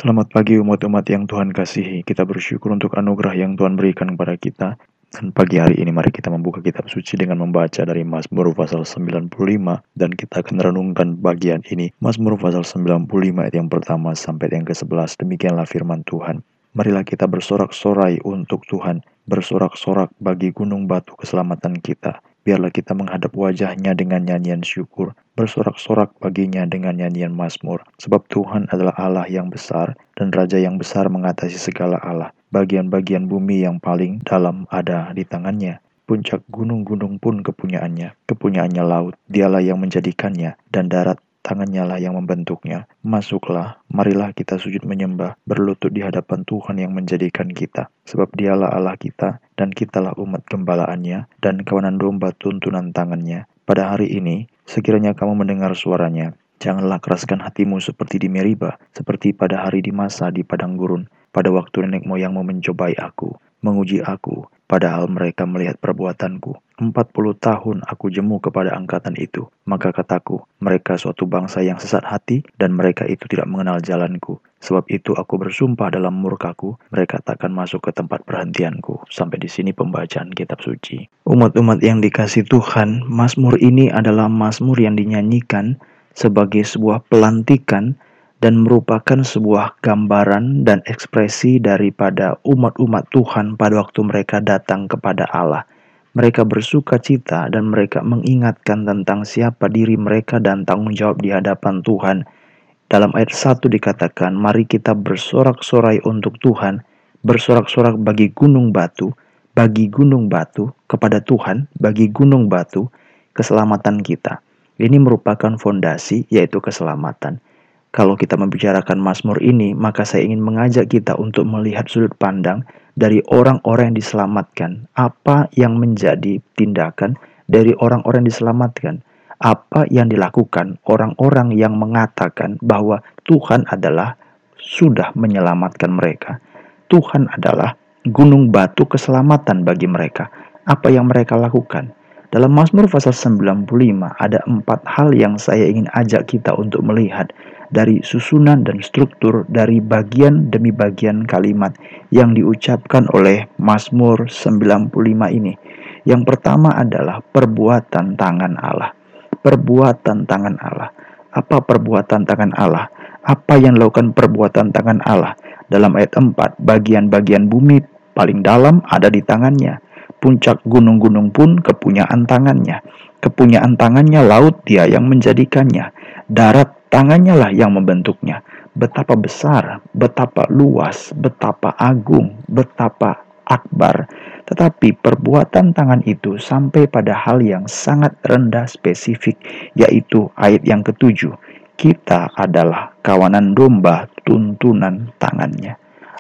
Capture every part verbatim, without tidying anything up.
Selamat pagi umat-umat yang Tuhan kasihi. Kita bersyukur untuk anugerah yang Tuhan berikan kepada kita. Dan pagi hari ini mari kita membuka kitab suci dengan membaca dari Mazmur pasal sembilan puluh lima. Dan kita akan renungkan bagian ini. Mazmur pasal sembilan puluh lima ayat yang pertama sampai yang ke sebelas. Demikianlah firman Tuhan. Marilah kita bersorak-sorai untuk Tuhan. Bersorak-sorak bagi gunung batu keselamatan kita. Biarlah kita menghadap wajahnya dengan nyanyian syukur, bersorak-sorak baginya dengan nyanyian mazmur. Sebab Tuhan adalah Allah yang besar, dan Raja yang besar mengatasi segala Allah. Bagian-bagian bumi yang paling dalam ada di tangannya. Puncak gunung-gunung pun kepunyaannya. Kepunyaannya laut, dialah yang menjadikannya, dan darat tangannya lah yang membentuknya. Masuklah, marilah kita sujud menyembah, berlutut di hadapan Tuhan yang menjadikan kita. Sebab dialah Allah kita, dan kitalah umat gembalaannya, dan kawanan domba tuntunan tangannya. Pada hari ini, sekiranya kamu mendengar suaranya, janganlah keraskan hatimu seperti di Meriba, seperti pada hari di masa di padang gurun, pada waktu nenek moyangmu mencobai aku, menguji aku, padahal mereka melihat perbuatanku. Empat puluh tahun aku jemu kepada angkatan itu. Maka kataku, mereka suatu bangsa yang sesat hati, dan mereka itu tidak mengenal jalanku. Sebab itu aku bersumpah dalam murkaku, mereka takkan masuk ke tempat perhentianku. Sampai di sini pembacaan kitab suci. Umat-umat yang dikasih Tuhan, Mazmur ini adalah Mazmur yang dinyanyikan sebagai sebuah pelantikan dan merupakan sebuah gambaran dan ekspresi daripada umat-umat Tuhan pada waktu mereka datang kepada Allah. Mereka bersuka cita dan mereka mengingatkan tentang siapa diri mereka dan tanggung jawab di hadapan Tuhan. Dalam ayat satu dikatakan, mari kita bersorak-sorai untuk Tuhan, bersorak-sorak bagi gunung batu, bagi gunung batu kepada Tuhan, bagi gunung batu, keselamatan kita. Ini merupakan fondasi, yaitu keselamatan. Kalau kita membicarakan Mazmur ini, maka saya ingin mengajak kita untuk melihat sudut pandang dari orang-orang yang diselamatkan. Apa yang menjadi tindakan dari orang-orang yang diselamatkan? Apa yang dilakukan orang-orang yang mengatakan bahwa Tuhan adalah sudah menyelamatkan mereka. Tuhan adalah gunung batu keselamatan bagi mereka. Apa yang mereka lakukan? Dalam Mazmur pasal sembilan puluh lima ada empat hal yang saya ingin ajak kita untuk melihat dari susunan dan struktur dari bagian demi bagian kalimat yang diucapkan oleh Mazmur sembilan puluh lima ini. Yang pertama adalah perbuatan tangan Allah. Perbuatan tangan Allah. Apa perbuatan tangan Allah? Apa yang dilakukan perbuatan tangan Allah? Dalam ayat empat, bagian-bagian bumi paling dalam ada di tangannya. Puncak gunung-gunung pun kepunyaan tangannya. Kepunyaan tangannya laut, dia yang menjadikannya. Darat, tangannya lah yang membentuknya. Betapa besar, betapa luas, betapa agung, betapa akbar. Tetapi perbuatan tangan itu sampai pada hal yang sangat rendah spesifik, yaitu ayat yang ketujuh. Kita adalah kawanan domba tuntunan tangannya.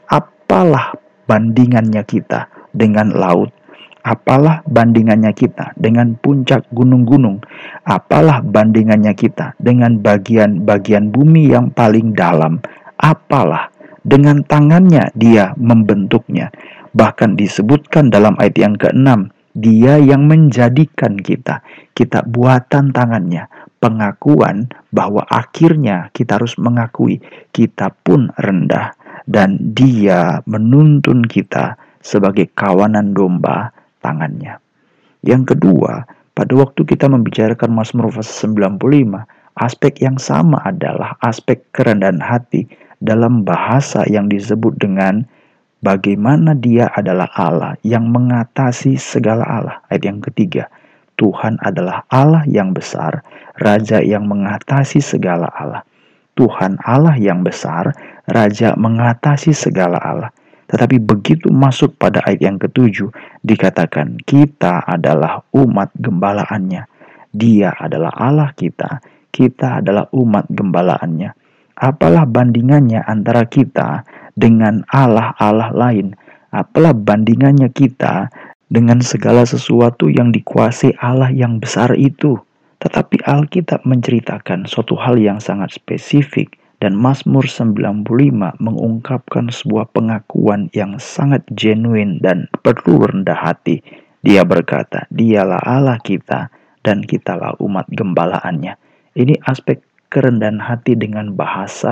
Apalah bandingannya kita dengan laut? Apalah bandingannya kita dengan puncak gunung-gunung? Apalah bandingannya kita dengan bagian-bagian bumi yang paling dalam? Apalah dengan tangannya dia membentuknya? Bahkan disebutkan dalam ayat yang keenam, dia yang menjadikan kita. Kita buatan tangannya. Pengakuan bahwa akhirnya kita harus mengakui kita pun rendah. Dan dia menuntun kita sebagai kawanan domba tangannya. Yang kedua, pada waktu kita membicarakan Mazmur pasal sembilan puluh lima, aspek yang sama adalah aspek kerendahan hati dalam bahasa yang disebut dengan bagaimana dia adalah Allah yang mengatasi segala Allah. Ayat yang ketiga, Tuhan adalah Allah yang besar, Raja yang mengatasi segala Allah. Tuhan Allah yang besar, Raja mengatasi segala Allah. Tetapi begitu masuk pada ayat yang ketujuh, dikatakan kita adalah umat gembalaannya. Dia adalah Allah kita, kita adalah umat gembalaannya. Apalah bandingannya antara kita dengan Allah-Allah lain? Apalah bandingannya kita dengan segala sesuatu yang dikuasai Allah yang besar itu? Tetapi Alkitab menceritakan suatu hal yang sangat spesifik. Dan Mazmur sembilan puluh lima mengungkapkan sebuah pengakuan yang sangat genuine dan perlu rendah hati. Dia berkata, dialah Allah kita dan kitalah umat gembalaannya. Ini aspek kerendahan hati dengan bahasa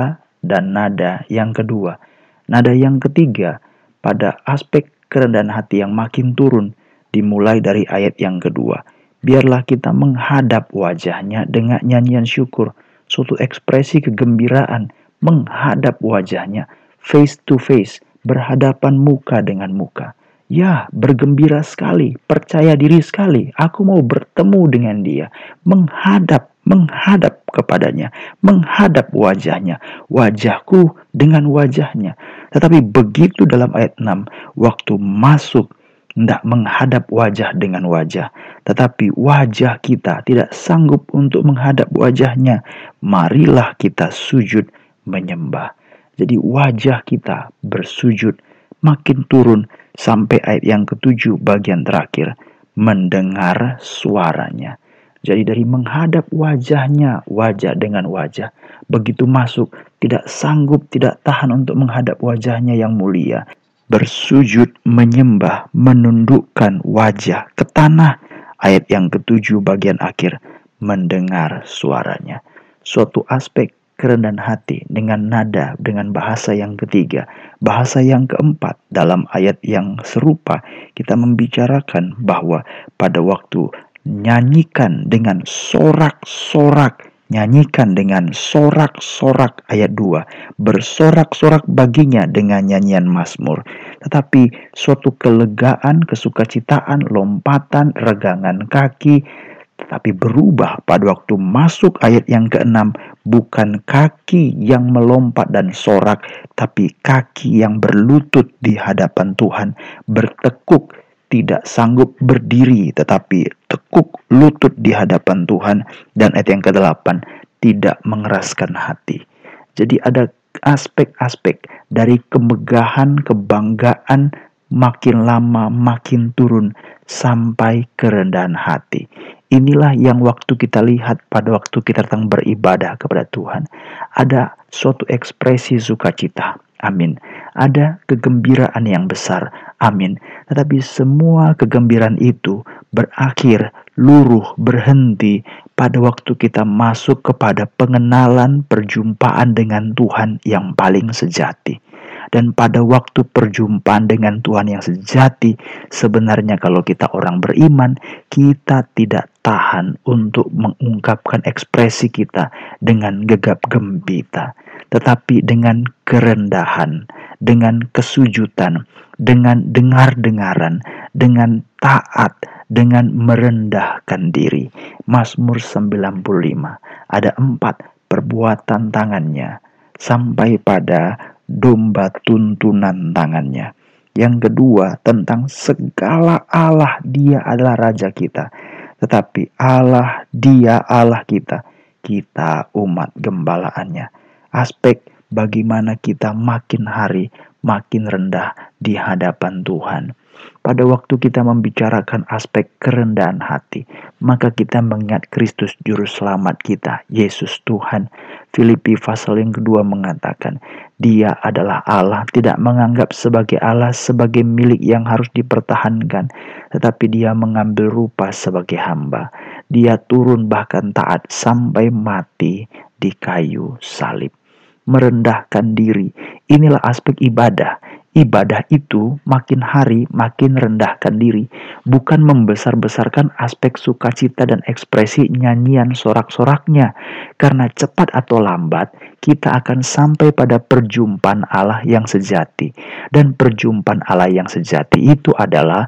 dan nada yang kedua. Nada yang ketiga pada aspek kerendahan hati yang makin turun dimulai dari ayat yang kedua. Biarlah kita menghadap wajahnya dengan nyanyian syukur, suatu ekspresi kegembiraan, menghadap wajahnya, face to face, berhadapan muka dengan muka. Ya, bergembira sekali, percaya diri sekali, aku mau bertemu dengan dia, menghadap, menghadap kepadanya, menghadap wajahnya, wajahku dengan wajahnya. Tetapi begitu dalam ayat enam, waktu masuk, tidak menghadap wajah dengan wajah, tetapi wajah kita tidak sanggup untuk menghadap wajahnya. Marilah kita sujud menyembah. Jadi wajah kita bersujud makin turun sampai ayat yang ketujuh bagian terakhir, mendengar suaranya. Jadi dari menghadap wajahnya, wajah dengan wajah, begitu masuk tidak sanggup, tidak tahan untuk menghadap wajahnya yang mulia, bersujud menyembah, menundukkan wajah ke tanah. Ayat yang ketujuh bagian akhir, mendengar suaranya. Suatu aspek kerendahan hati dengan nada, dengan bahasa yang ketiga. Bahasa yang keempat, dalam ayat yang serupa kita membicarakan bahwa pada waktu nyanyikan dengan sorak-sorak, nyanyikan dengan sorak-sorak ayat dua, bersorak-sorak baginya dengan nyanyian mazmur. Tetapi suatu kelegaan, kesukacitaan, lompatan, regangan kaki, tetapi berubah pada waktu masuk ayat yang keenam, bukan kaki yang melompat dan sorak, tapi kaki yang berlutut di hadapan Tuhan, bertekuk, tidak sanggup berdiri, tetapi tekuk lutut di hadapan Tuhan. Dan ayat yang kedelapan, tidak mengeraskan hati. Jadi ada aspek-aspek dari kemegahan, kebanggaan, makin lama makin turun sampai kerendahan hati. Inilah yang waktu kita lihat pada waktu kita datang beribadah kepada Tuhan. Ada suatu ekspresi sukacita. Amin. Ada kegembiraan yang besar. Amin. Tetapi semua kegembiraan itu berakhir, luruh, berhenti pada waktu kita masuk kepada pengenalan, perjumpaan dengan Tuhan yang paling sejati. Dan pada waktu perjumpaan dengan Tuhan yang sejati, sebenarnya kalau kita orang beriman, kita tidak tahan untuk mengungkapkan ekspresi kita dengan gegap gempita, tetapi dengan kerendahan, dengan kesujudan, dengan dengar-dengaran, dengan taat, dengan merendahkan diri. Mazmur sembilan puluh lima, ada empat perbuatan tangannya, sampai pada domba tuntunan tangannya. Yang kedua, tentang segala Allah, dia adalah Raja kita. Tetapi Allah, dia Allah kita. Kita umat gembalaannya. Aspek bagaimana kita makin hari makin rendah di hadapan Tuhan. Pada waktu kita membicarakan aspek kerendahan hati, maka kita mengingat Kristus Juru Selamat kita, Yesus Tuhan. Filipi pasal yang kedua mengatakan, Dia adalah Allah, tidak menganggap sebagai Allah sebagai milik yang harus dipertahankan, tetapi Dia mengambil rupa sebagai hamba. Dia turun bahkan taat sampai mati di kayu salib. Merendahkan diri, inilah aspek ibadah. Ibadah itu makin hari makin rendahkan diri, bukan membesar-besarkan aspek sukacita dan ekspresi nyanyian sorak-soraknya. Karena cepat atau lambat kita akan sampai pada perjumpaan Allah yang sejati. Dan perjumpaan Allah yang sejati itu adalah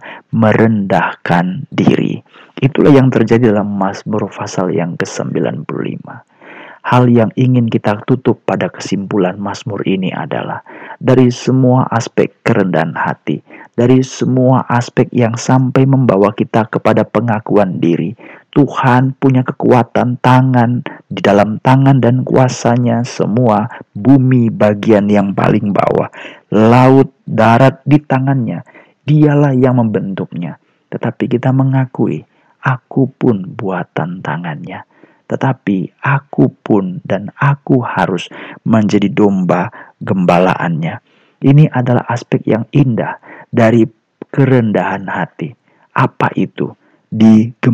merendahkan diri. Itulah yang terjadi dalam Mazmur pasal yang ke sembilan puluh lima. Hal yang ingin kita tutup pada kesimpulan Mazmur ini adalah dari semua aspek kerendahan hati, dari semua aspek yang sampai membawa kita kepada pengakuan diri. Tuhan punya kekuatan tangan, di dalam tangan dan kuasanya semua bumi bagian yang paling bawah, laut, darat di tangannya. Dialah yang membentuknya. Tetapi kita mengakui, aku pun buatan tangannya. Tetapi aku pun dan aku harus menjadi domba gembalaannya. Ini adalah aspek yang indah dari kerendahan hati. Apa itu?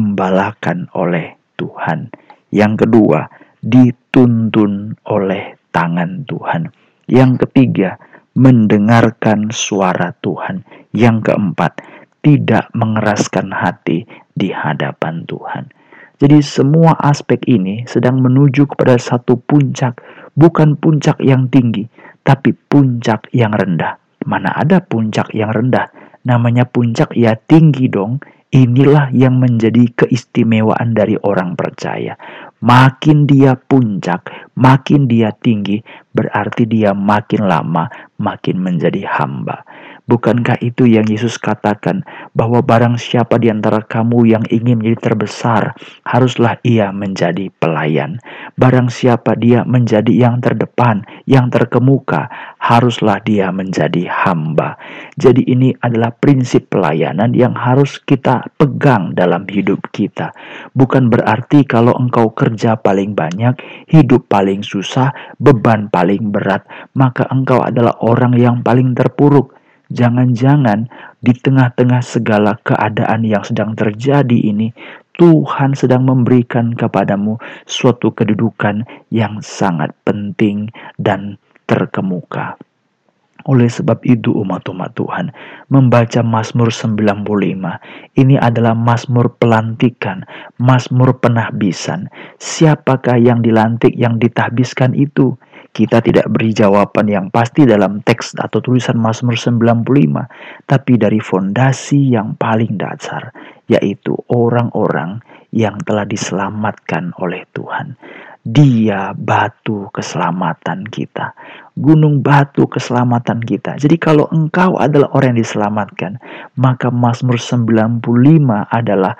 Digembalakan oleh Tuhan. Yang kedua, dituntun oleh tangan Tuhan. Yang ketiga, mendengarkan suara Tuhan. Yang keempat, tidak mengeraskan hati di hadapan Tuhan. Jadi semua aspek ini sedang menuju kepada satu puncak, bukan puncak yang tinggi, tapi puncak yang rendah. Mana ada puncak yang rendah? Namanya puncak ya tinggi dong. Inilah yang menjadi keistimewaan dari orang percaya. Makin dia puncak, makin dia tinggi, berarti dia makin lama makin menjadi hamba. Bukankah itu yang Yesus katakan, bahwa barang siapa di antara kamu yang ingin menjadi terbesar, haruslah ia menjadi pelayan. Barang siapa dia menjadi yang terdepan, yang terkemuka, haruslah dia menjadi hamba. Jadi ini adalah prinsip pelayanan yang harus kita pegang dalam hidup kita. Bukan berarti kalau engkau kerja paling banyak, hidup paling susah, beban paling berat, maka engkau adalah orang yang paling terpuruk. Jangan-jangan di tengah-tengah segala keadaan yang sedang terjadi ini, Tuhan sedang memberikan kepadamu suatu kedudukan yang sangat penting dan terkemuka. Oleh sebab itu umat-umat Tuhan, membaca Mazmur sembilan puluh lima, ini adalah Mazmur pelantikan, Mazmur penahbisan. Siapakah yang dilantik, yang ditahbiskan itu? Kita tidak beri jawaban yang pasti dalam teks atau tulisan Mazmur sembilan puluh lima, tapi dari fondasi yang paling dasar, yaitu orang-orang yang telah diselamatkan oleh Tuhan. Dia batu keselamatan kita, gunung batu keselamatan kita. Jadi kalau engkau adalah orang yang diselamatkan, maka Mazmur sembilan puluh lima adalah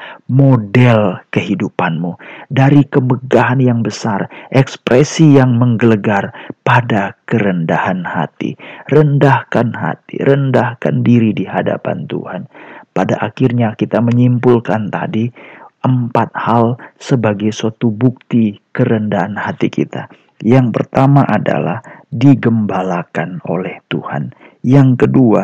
model kehidupanmu. Dari kemegahan yang besar, ekspresi yang menggelegar pada kerendahan hati. Rendahkan hati, rendahkan diri di hadapan Tuhan. Pada akhirnya kita menyimpulkan tadi, empat hal sebagai suatu bukti kerendahan hati kita. Yang pertama adalah digembalakan oleh Tuhan. Yang kedua,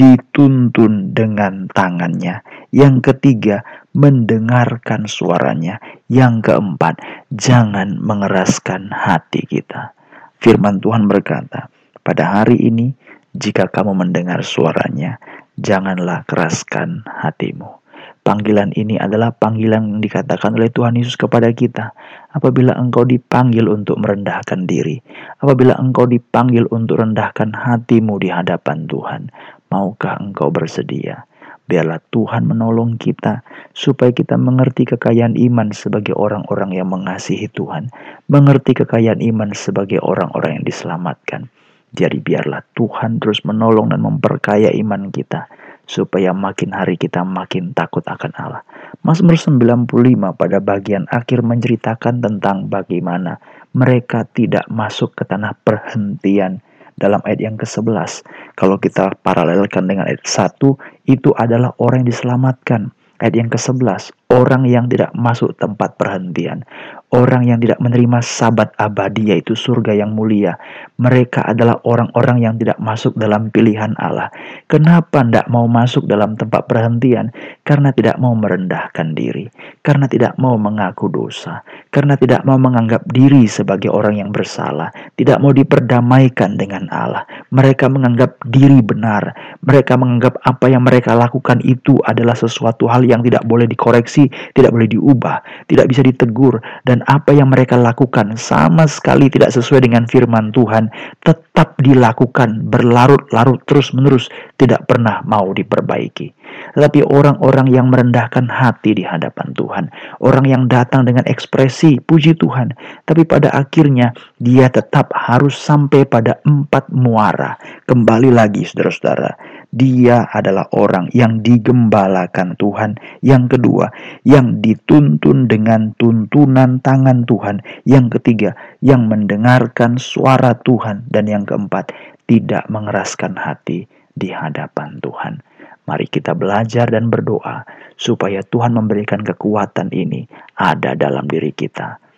dituntun dengan tangannya. Yang ketiga, mendengarkan suaranya. Yang keempat, jangan mengeraskan hati kita. Firman Tuhan berkata, pada hari ini, jika kamu mendengar suaranya, janganlah keraskan hatimu. Panggilan ini adalah panggilan yang dikatakan oleh Tuhan Yesus kepada kita. Apabila engkau dipanggil untuk merendahkan diri, apabila engkau dipanggil untuk rendahkan hatimu di hadapan Tuhan, maukah engkau bersedia? Biarlah Tuhan menolong kita supaya kita mengerti kekayaan iman sebagai orang-orang yang mengasihi Tuhan, mengerti kekayaan iman sebagai orang-orang yang diselamatkan. Jadi biarlah Tuhan terus menolong dan memperkaya iman kita, supaya makin hari kita makin takut akan Allah. Mazmur sembilan puluh lima pada bagian akhir menceritakan tentang bagaimana mereka tidak masuk ke tanah perhentian. Dalam ayat yang kesebelas, kalau kita paralelkan dengan ayat satu, itu adalah orang yang diselamatkan. Ayat yang kesebelas, orang yang tidak masuk tempat perhentian, orang yang tidak menerima sabat abadi, yaitu surga yang mulia. Mereka adalah orang-orang yang tidak masuk dalam pilihan Allah. Kenapa tidak mau masuk dalam tempat perhentian? Karena tidak mau merendahkan diri, karena tidak mau mengaku dosa, karena tidak mau menganggap diri sebagai orang yang bersalah, tidak mau diperdamaikan dengan Allah. Mereka menganggap diri benar, mereka menganggap apa yang mereka lakukan itu adalah sesuatu hal yang tidak boleh dikoreksi, tidak boleh diubah, tidak bisa ditegur, dan apa yang mereka lakukan sama sekali tidak sesuai dengan firman Tuhan, tetap dilakukan berlarut-larut terus-menerus, tidak pernah mau diperbaiki. Tetapi orang-orang yang merendahkan hati di hadapan Tuhan, orang yang datang dengan ekspresi puji Tuhan, tapi pada akhirnya dia tetap harus sampai pada empat muara. Kembali lagi saudara-saudara, dia adalah orang yang digembalakan Tuhan. Yang kedua, yang dituntun dengan tuntunan tangan Tuhan. Yang ketiga, yang mendengarkan suara Tuhan. Dan yang keempat, tidak mengeraskan hati di hadapan Tuhan. Mari kita belajar dan berdoa supaya Tuhan memberikan kekuatan ini ada dalam diri kita.